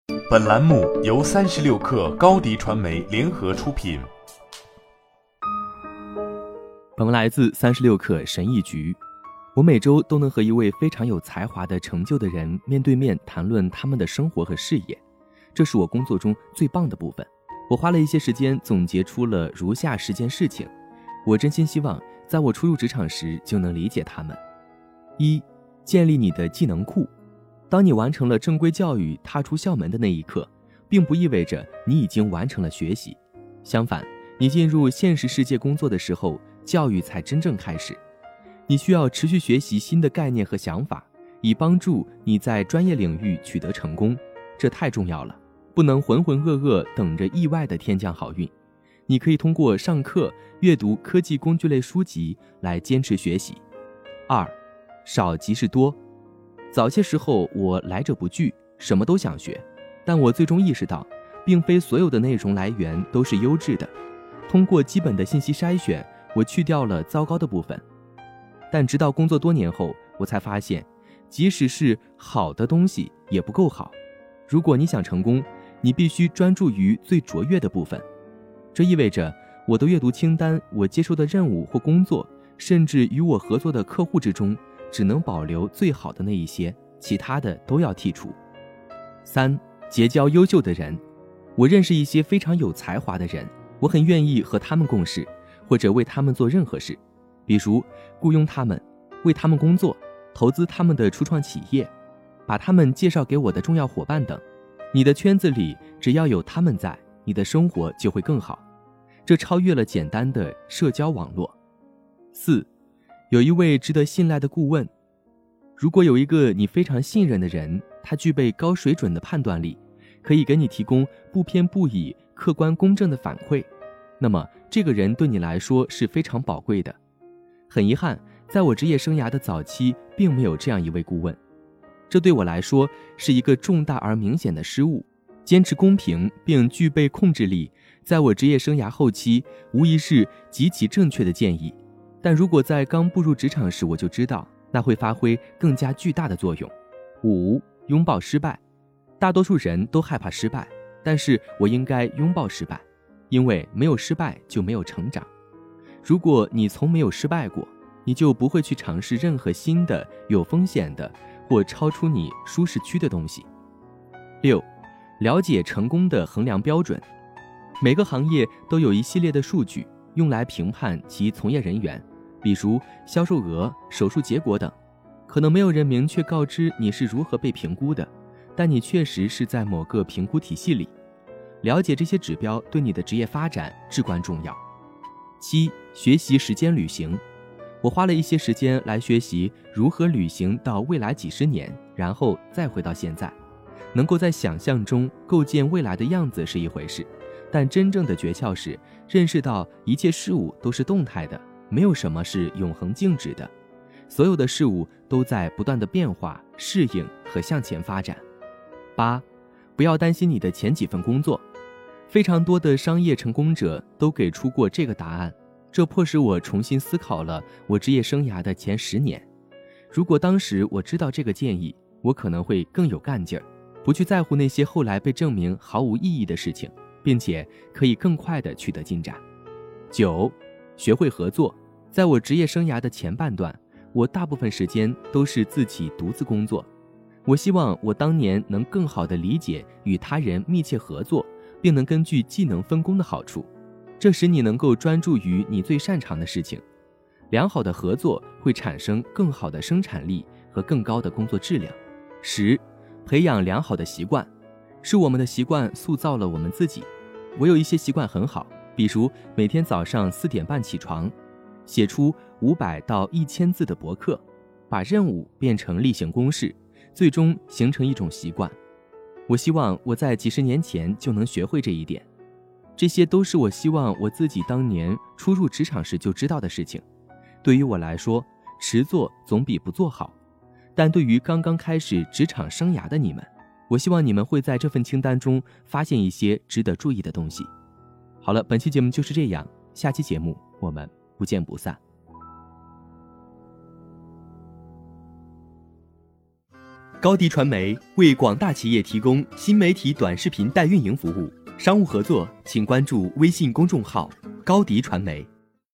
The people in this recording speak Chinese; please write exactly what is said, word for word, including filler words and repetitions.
本栏目由三十六氪高迪传媒联合出品。 本文来自三十六氪神医局。我每周都能和一位非常有才华的成就的人面对面谈论他们的生活和事业，这是我工作中最棒的部分。我花了一些时间总结出了如下十件事情，我真心希望在我初入职场时就能理解他们。一、建立你的技能库。当你完成了正规教育，踏出校门的那一刻，并不意味着你已经完成了学习。相反，你进入现实世界工作的时候，教育才真正开始。你需要持续学习新的概念和想法，以帮助你在专业领域取得成功。这太重要了，不能浑浑噩噩等着意外的天降好运。你可以通过上课、阅读科技工具类书籍来坚持学习。二、少即是多。早些时候我来者不拒，什么都想学，但我最终意识到，并非所有的内容来源都是优质的。通过基本的信息筛选，我去掉了糟糕的部分。但直到工作多年后，我才发现，即使是好的东西也不够好。如果你想成功，你必须专注于最卓越的部分。这意味着我的阅读清单、我接受的任务或工作，甚至与我合作的客户之中，只能保留最好的那一些，其他的都要剔除。三、结交优秀的人。我认识一些非常有才华的人，我很愿意和他们共事，或者为他们做任何事，比如雇佣他们，为他们工作，投资他们的初创企业，把他们介绍给我的重要伙伴等。你的圈子里只要有他们在，你的生活就会更好。这超越了简单的社交网络。四、有一位值得信赖的顾问。如果有一个你非常信任的人，他具备高水准的判断力，可以给你提供不偏不倚、客观公正的反馈，那么这个人对你来说是非常宝贵的。很遗憾，在我职业生涯的早期并没有这样一位顾问，这对我来说是一个重大而明显的失误。坚持公平并具备控制力，在我职业生涯后期无疑是极其正确的建议，但如果在刚步入职场时我就知道，那会发挥更加巨大的作用。五、拥抱失败。大多数人都害怕失败，但是我应该拥抱失败，因为没有失败就没有成长。如果你从没有失败过，你就不会去尝试任何新的、有风险的或超出你舒适区的东西。六、了解成功的衡量标准。每个行业都有一系列的数据用来评判其从业人员，比如销售额、手术结果等。可能没有人明确告知你是如何被评估的，但你确实是在某个评估体系里。了解这些指标对你的职业发展至关重要。七、学习时间旅行。我花了一些时间来学习如何旅行到未来几十年，然后再回到现在。能够在想象中构建未来的样子是一回事，但真正的诀窍是认识到一切事物都是动态的，没有什么是永恒静止的。所有的事物都在不断的变化、适应和向前发展。八、不要担心你的前几份工作。非常多的商业成功者都给出过这个答案，这迫使我重新思考了我职业生涯的前十年。如果当时我知道这个建议，我可能会更有干劲儿，不去在乎那些后来被证明毫无意义的事情，并且可以更快地取得进展。九、学会合作。在我职业生涯的前半段，我大部分时间都是自己独自工作。我希望我当年能更好地理解与他人密切合作，并能根据技能分工的好处，这使你能够专注于你最擅长的事情。良好的合作会产生更好的生产力和更高的工作质量。十、培养良好的习惯。是我们的习惯塑造了我们自己。我有一些习惯很好，比如每天早上四点半起床，写出五百到一千字的博客，把任务变成例行公事，最终形成一种习惯。我希望我在几十年前就能学会这一点。这些都是我希望我自己当年初入职场时就知道的事情。对于我来说，迟做总比不做好。但对于刚刚开始职场生涯的你们，我希望你们会在这份清单中发现一些值得注意的东西。好了，本期节目就是这样，下期节目我们不见不散。 高迪传媒为广大企业提供新媒体短视频代运营服务，商务合作请关注微信公众号高迪传媒。